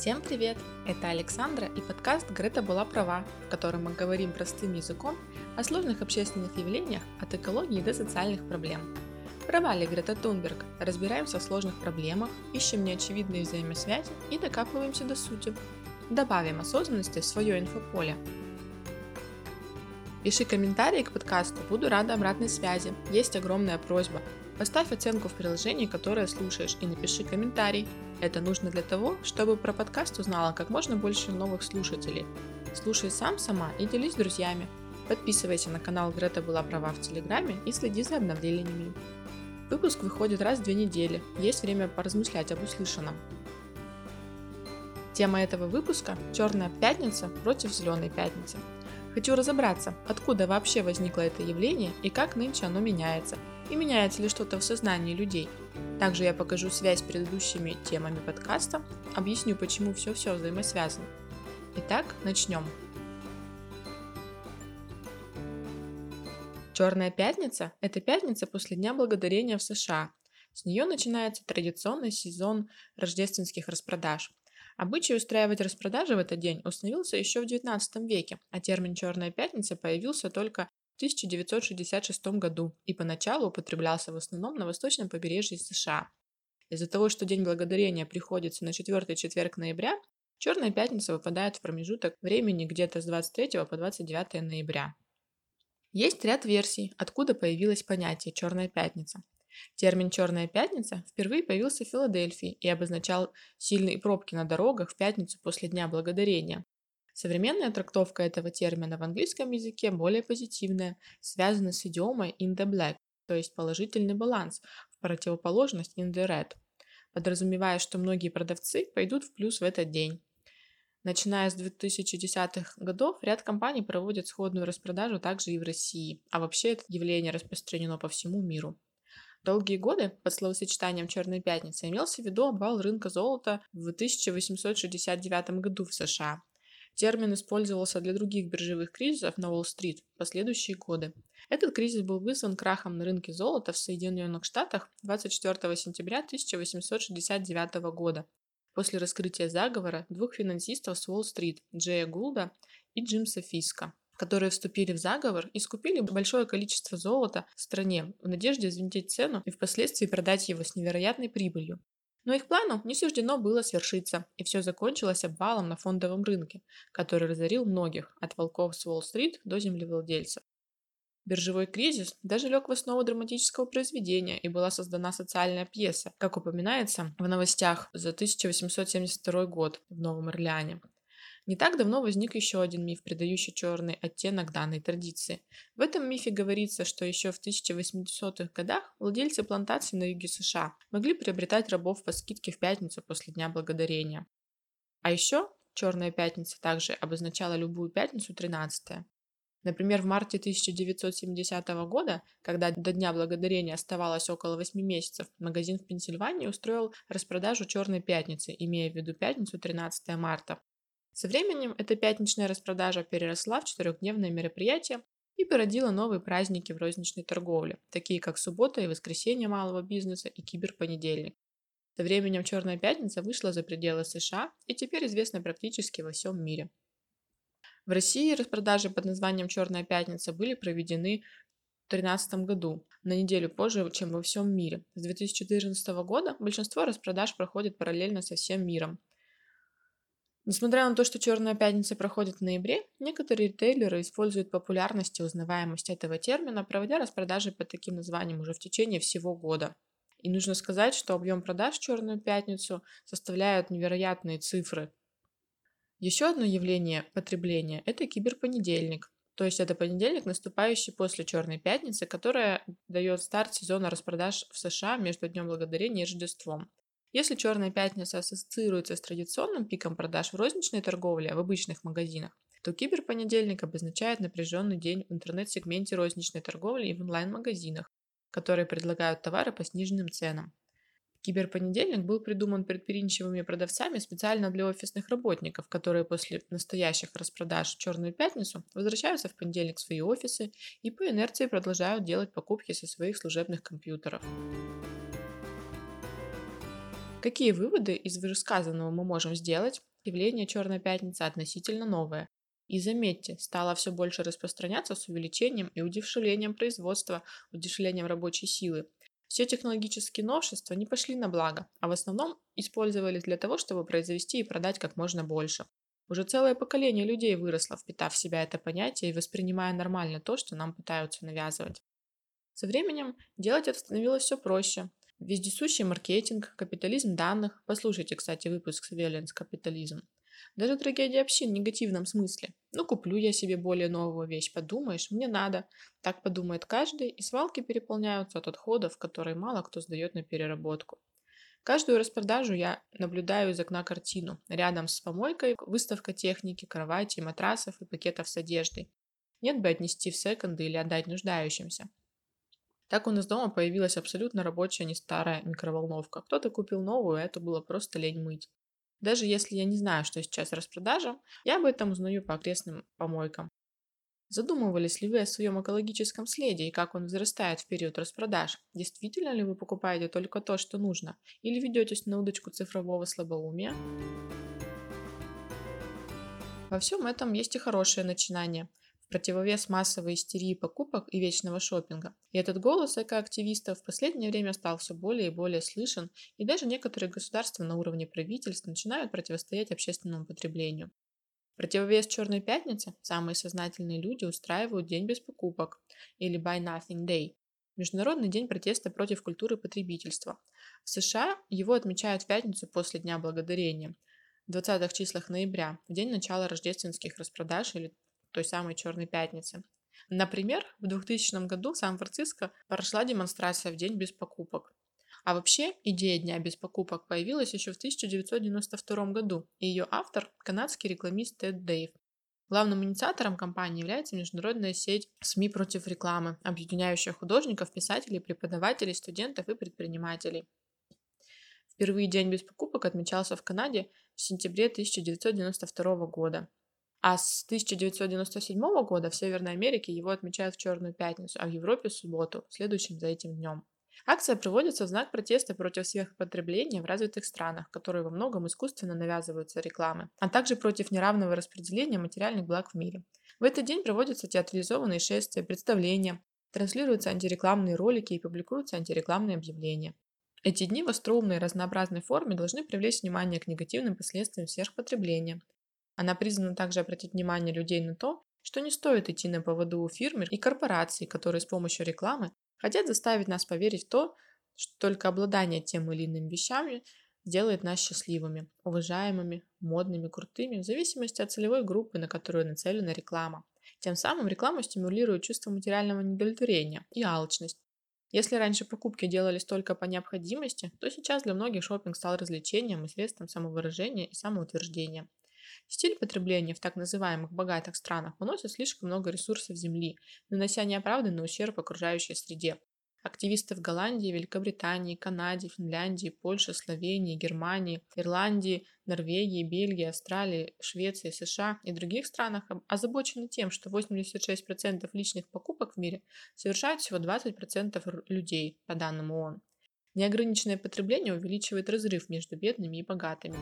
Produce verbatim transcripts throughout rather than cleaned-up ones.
Всем привет! Это Александра и подкаст «Грета была права», в котором мы говорим простым языком о сложных общественных явлениях от экологии до социальных проблем. Права ли Грета Тунберг? Разбираемся в сложных проблемах, ищем неочевидные взаимосвязи и докапываемся до сути. Добавим осознанности в свое инфополе. Пиши комментарии к подкасту, буду рада обратной связи. Есть огромная просьба. Поставь оценку в приложении, которое слушаешь, и напиши комментарий. Это нужно для того, чтобы про подкаст узнало как можно больше новых слушателей. Слушай сам, сама и делись с друзьями. Подписывайся на канал Грета была права в Телеграме и следи за обновлениями. Выпуск выходит раз в две недели, есть время поразмышлять об услышанном. Тема этого выпуска – «Черная пятница против зеленой пятницы». Хочу разобраться, откуда вообще возникло это явление и как нынче оно меняется, и меняется ли что-то в сознании людей. Также я покажу связь с предыдущими темами подкаста, объясню, почему все-все взаимосвязано. Итак, начнем. Черная пятница – это пятница после Дня Благодарения в США. С нее начинается традиционный сезон рождественских распродаж. Обычай устраивать распродажи в этот день установился еще в девятнадцатом веке, а термин «Черная пятница» появился только в тысяча девятьсот шестьдесят шестом году и поначалу употреблялся в основном на восточном побережье США. Из-за того, что День Благодарения приходится на четвертый четверг ноября, Черная пятница выпадает в промежуток времени где-то с двадцать третьего по двадцать девятое ноября. Есть ряд версий, откуда появилось понятие «Черная пятница». Термин «Черная пятница» впервые появился в Филадельфии и обозначал сильные пробки на дорогах в пятницу после Дня Благодарения. Современная трактовка этого термина в английском языке более позитивная, связана с идиомой in the black, то есть положительный баланс, в противоположность in the red, подразумевая, что многие продавцы пойдут в плюс в этот день. Начиная с две тысячи десятых годов ряд компаний проводит сходную распродажу также и в России, а вообще это явление распространено по всему миру. Долгие годы под словосочетанием «Черной пятницы» имелся в виду обвал рынка золота в тысяча восемьсот шестьдесят девятом году в США. Термин использовался для других биржевых кризисов на Уолл-стрит в последующие годы. Этот кризис был вызван крахом на рынке золота в Соединенных Штатах двадцать четвёртого сентября тысяча восемьсот шестьдесят девятого года после раскрытия заговора двух финансистов с Уолл-стрит Джея Гулда и Джимса Фиска, которые вступили в заговор и скупили большое количество золота в стране в надежде взвинтить цену и впоследствии продать его с невероятной прибылью. Но их плану не суждено было свершиться, и все закончилось обвалом на фондовом рынке, который разорил многих, от волков с Уолл-стрит до землевладельцев. Биржевой кризис даже лег в основу драматического произведения и была создана социальная пьеса, как упоминается в новостях за тысяча восемьсот семьдесят второй год в Новом Орлеане. Не так давно возник еще один миф, придающий черный оттенок данной традиции. В этом мифе говорится, что еще в тысяча восьмидесятых годах владельцы плантаций на юге США могли приобретать рабов по скидке в пятницу после Дня Благодарения. А еще Черная пятница также обозначала любую пятницу тринадцатое. Например, в марте тысяча девятьсот семидесятого года, когда до Дня Благодарения оставалось около восьми месяцев, магазин в Пенсильвании устроил распродажу Черной пятницы, имея в виду пятницу тринадцатое марта. Со временем эта пятничная распродажа переросла в четырехдневное мероприятие и породила новые праздники в розничной торговле, такие как суббота и воскресенье малого бизнеса и киберпонедельник. Со временем Черная пятница вышла за пределы США и теперь известна практически во всем мире. В России распродажи под названием «Черная пятница» были проведены в две тысячи тринадцатом году, на неделю позже, чем во всем мире. С две тысячи четырнадцатого года большинство распродаж проходит параллельно со всем миром. Несмотря на то, что Черная пятница проходит в ноябре, некоторые ритейлеры используют популярность и узнаваемость этого термина, проводя распродажи под таким названием уже в течение всего года. И нужно сказать, что объем продаж в Черную пятницу составляет невероятные цифры. Еще одно явление потребления – это киберпонедельник, то есть это понедельник, наступающий после Черной пятницы, которая дает старт сезона распродаж в США между Днем Благодарения и Рождеством. Если Черная пятница ассоциируется с традиционным пиком продаж в розничной торговле в обычных магазинах, то киберпонедельник обозначает напряженный день в интернет-сегменте розничной торговли и в онлайн-магазинах, которые предлагают товары по сниженным ценам. Киберпонедельник был придуман предприимчивыми продавцами специально для офисных работников, которые после настоящих распродаж в Черную пятницу возвращаются в понедельник в свои офисы и по инерции продолжают делать покупки со своих служебных компьютеров. Какие выводы из вышесказанного мы можем сделать? явление «Черная пятница» относительно новое. И заметьте, стало все больше распространяться с увеличением и удешевлением производства, удешевлением рабочей силы. Все технологические новшества не пошли на благо, а в основном использовались для того, чтобы произвести и продать как можно больше. Уже целое поколение людей выросло, впитав в себя это понятие и воспринимая нормально то, что нам пытаются навязывать. Со временем делать это становилось все проще. Вездесущий маркетинг, капитализм данных. Послушайте, кстати, выпуск Surveillance капитализм. Даже трагедия общин в негативном смысле. Ну, куплю я себе более новую вещь, подумаешь, мне надо. Так подумает каждый, и свалки переполняются от отходов, которые мало кто сдает на переработку. Каждую распродажу я наблюдаю из окна картину. Рядом с помойкой выставка техники, кровати, матрасов и пакетов с одеждой. Нет бы отнести в секонды или отдать нуждающимся. Так у нас дома появилась абсолютно рабочая, не старая микроволновка. Кто-то купил новую, а это было просто лень мыть. Даже если я не знаю, что сейчас распродажа, я об этом узнаю по окрестным помойкам. Задумывались ли вы о своем экологическом следе и как он возрастает в период распродаж? Действительно ли вы покупаете только то, что нужно? Или ведетесь на удочку цифрового слабоумия? Во всем этом есть и хорошее начинание. В противовес массовой истерии покупок и вечного шопинга. И этот голос экоактивистов в последнее время стал все более и более слышен, и даже некоторые государства на уровне правительств начинают противостоять общественному потреблению. В противовес Черной пятнице самые сознательные люди устраивают День без покупок или Buy Nothing Day. Международный день протеста против культуры потребительства. В США его отмечают в пятницу после Дня Благодарения, в двадцатых числах ноября, в день начала рождественских распродаж или той самой Черной пятницы. Например, в двухтысячном году в Сан-Франциско прошла демонстрация в День без покупок. А вообще, идея Дня без покупок появилась еще в тысяча девятьсот девяносто втором году, и ее автор – канадский рекламист Тед Дейв. Главным инициатором кампании является международная сеть СМИ против рекламы, объединяющая художников, писателей, преподавателей, студентов и предпринимателей. Впервые День без покупок отмечался в Канаде в сентябре тысяча девятьсот девяносто второго года. А с тысяча девятьсот девяносто седьмого года в Северной Америке его отмечают в Черную пятницу, а в Европе в субботу, следующим за этим днем. Акция проводится в знак протеста против сверхпотребления в развитых странах, которые во многом искусственно навязываются рекламы, а также против неравного распределения материальных благ в мире. В этот день проводятся театрализованные шествия, представления, транслируются антирекламные ролики и публикуются антирекламные объявления. Эти дни в остроумной и разнообразной форме должны привлечь внимание к негативным последствиям сверхпотребления. Она призвана также обратить внимание людей на то, что не стоит идти на поводу у фирм и корпораций, которые с помощью рекламы хотят заставить нас поверить в то, что только обладание тем или иным вещами сделает нас счастливыми, уважаемыми, модными, крутыми, в зависимости от целевой группы, на которую нацелена реклама. Тем самым реклама стимулирует чувство материального неудовлетворения и алчность. Если раньше покупки делались только по необходимости, то сейчас для многих шопинг стал развлечением и средством самовыражения и самоутверждения. Стиль потребления в так называемых богатых странах уносит слишком много ресурсов Земли, нанося неоправданный ущерб окружающей среде. Активисты в Голландии, Великобритании, Канаде, Финляндии, Польше, Словении, Германии, Ирландии, Норвегии, Бельгии, Австралии, Швеции, США и других странах озабочены тем, что восемьдесят шесть процентов личных покупок в мире совершают всего двадцать процентов людей, по данным ООН. Неограниченное потребление увеличивает разрыв между бедными и богатыми.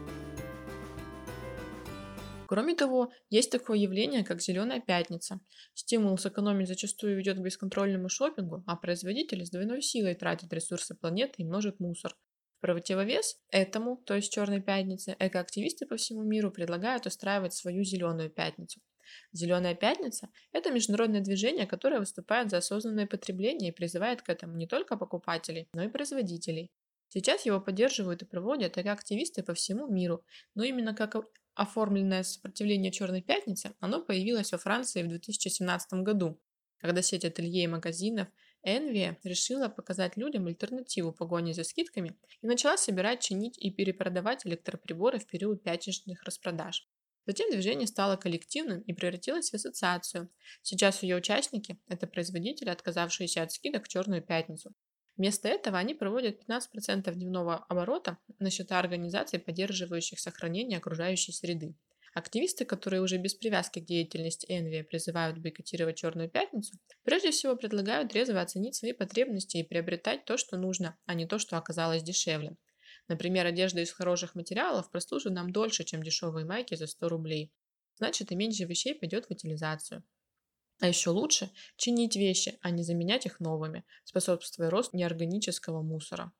Кроме того, есть такое явление, как «зеленая пятница». Стимул сэкономить зачастую ведет к бесконтрольному шопингу, а производители с двойной силой тратят ресурсы планеты и множат мусор. В противовес этому, то есть «черной пятнице», экоактивисты по всему миру предлагают устраивать свою «зеленую пятницу». «Зеленая пятница» – это международное движение, которое выступает за осознанное потребление и призывает к этому не только покупателей, но и производителей. Сейчас его поддерживают и проводят экоактивисты по всему миру, но именно как оформленное сопротивление «Черной пятнице», оно появилось во Франции в две тысячи семнадцатом году, когда сеть ателье и магазинов Envia решила показать людям альтернативу погоне за скидками и начала собирать, чинить и перепродавать электроприборы в период пятничных распродаж. Затем движение стало коллективным и превратилось в ассоциацию. Сейчас ее участники – это производители, отказавшиеся от скидок в «Черную пятницу». Вместо этого они проводят пятнадцать процентов дневного оборота на счета организаций, поддерживающих сохранение окружающей среды. Активисты, которые уже без привязки к деятельности Envia призывают бойкотировать «Черную пятницу», прежде всего предлагают трезво оценить свои потребности и приобретать то, что нужно, а не то, что оказалось дешевле. Например, одежда из хороших материалов прослужит нам дольше, чем дешевые майки за сто рублей. Значит, и меньше вещей пойдет в утилизацию. А еще лучше чинить вещи, а не заменять их новыми, способствуя росту неорганического мусора.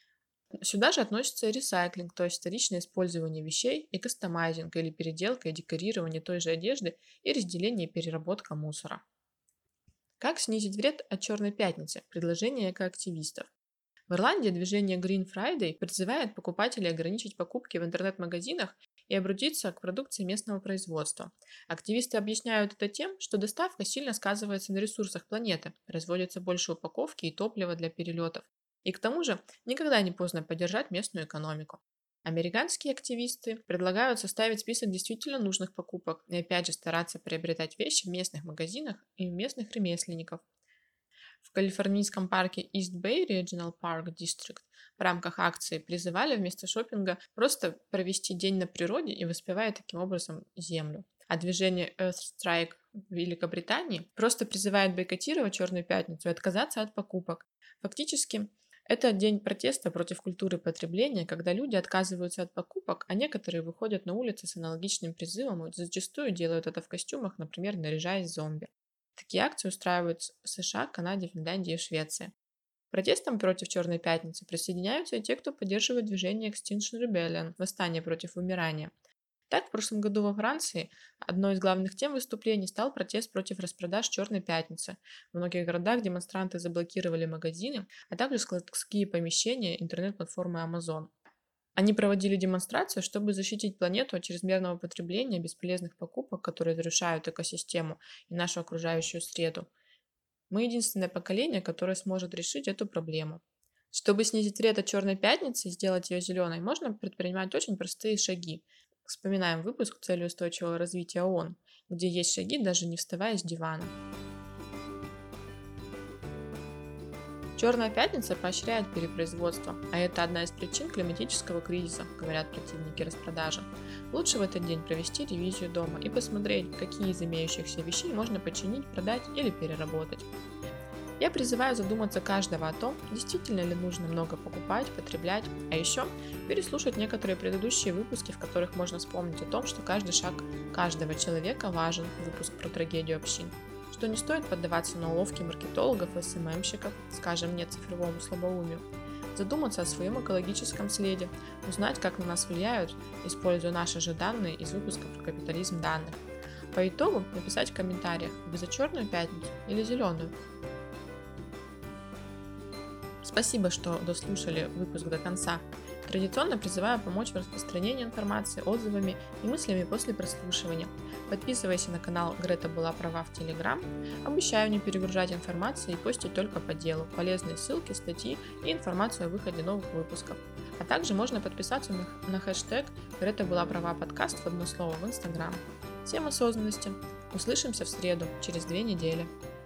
Сюда же относится и ресайклинг, то есть вторичное использование вещей и кастомайзинг или переделка и декорирование той же одежды и разделение и переработка мусора. Как снизить вред от Черной пятницы? Предложение экоактивистов. В Ирландии движение Green Friday призывает покупателей ограничить покупки в интернет-магазинах и обратиться к продукции местного производства. Активисты объясняют это тем, что доставка сильно сказывается на ресурсах планеты, разводится больше упаковки и топлива для перелетов. И к тому же никогда не поздно поддержать местную экономику. Американские активисты предлагают составить список действительно нужных покупок и опять же стараться приобретать вещи в местных магазинах и у местных ремесленников. В калифорнийском парке East Bay Regional Park District в рамках акции призывали вместо шопинга просто провести день на природе и воспевая таким образом землю. А движение Earth Strike в Великобритании просто призывает бойкотировать Черную пятницу и отказаться от покупок. Фактически, это день протеста против культуры потребления, когда люди отказываются от покупок, а некоторые выходят на улицы с аналогичным призывом и зачастую делают это в костюмах, например, наряжаясь зомби. Такие акции устраивают в США, Канаде, Финляндии и Швеции. К протестам против Черной пятницы присоединяются и те, кто поддерживает движение Extinction Rebellion – восстание против вымирания. Так, в прошлом году во Франции одной из главных тем выступлений стал протест против распродаж Черной пятницы. В многих городах демонстранты заблокировали магазины, а также складские помещения интернет-платформы Amazon. Они проводили демонстрацию, чтобы защитить планету от чрезмерного потребления бесполезных покупок, которые разрушают экосистему и нашу окружающую среду. Мы единственное поколение, которое сможет решить эту проблему. Чтобы снизить вред от Черной пятницы и сделать ее зеленой, можно предпринимать очень простые шаги. Вспоминаем выпуск «Цели устойчивого развития ООН», где есть шаги, даже не вставая с дивана. Черная пятница поощряет перепроизводство, а это одна из причин климатического кризиса, говорят противники распродажи. Лучше в этот день провести ревизию дома и посмотреть, какие из имеющихся вещей можно починить, продать или переработать. Я призываю задуматься каждого о том, действительно ли нужно много покупать, потреблять, а еще переслушать некоторые предыдущие выпуски, в которых можно вспомнить о том, что каждый шаг каждого человека важен, выпуск про трагедию общин, что не стоит поддаваться на уловки маркетологов и эс эм эм-щиков, скажем нет цифровому слабоумию, задуматься о своем экологическом следе, узнать, как на нас влияют, используя наши же данные из выпуска про капитализм данных. По итогу написать в комментариях, вы за Черную пятницу или зеленую. Спасибо, что дослушали выпуск до конца. Традиционно призываю помочь в распространении информации, отзывами и мыслями после прослушивания. Подписывайся на канал «Грета была права» в Telegram. Обещаю не перегружать информацию и постить только по делу, полезные ссылки, статьи и информацию о выходе новых выпусков. А также можно подписаться на, на хэштег «Грета была права» подкаст в одно слово в Instagram. Всем осознанности! Услышимся в среду, через две недели.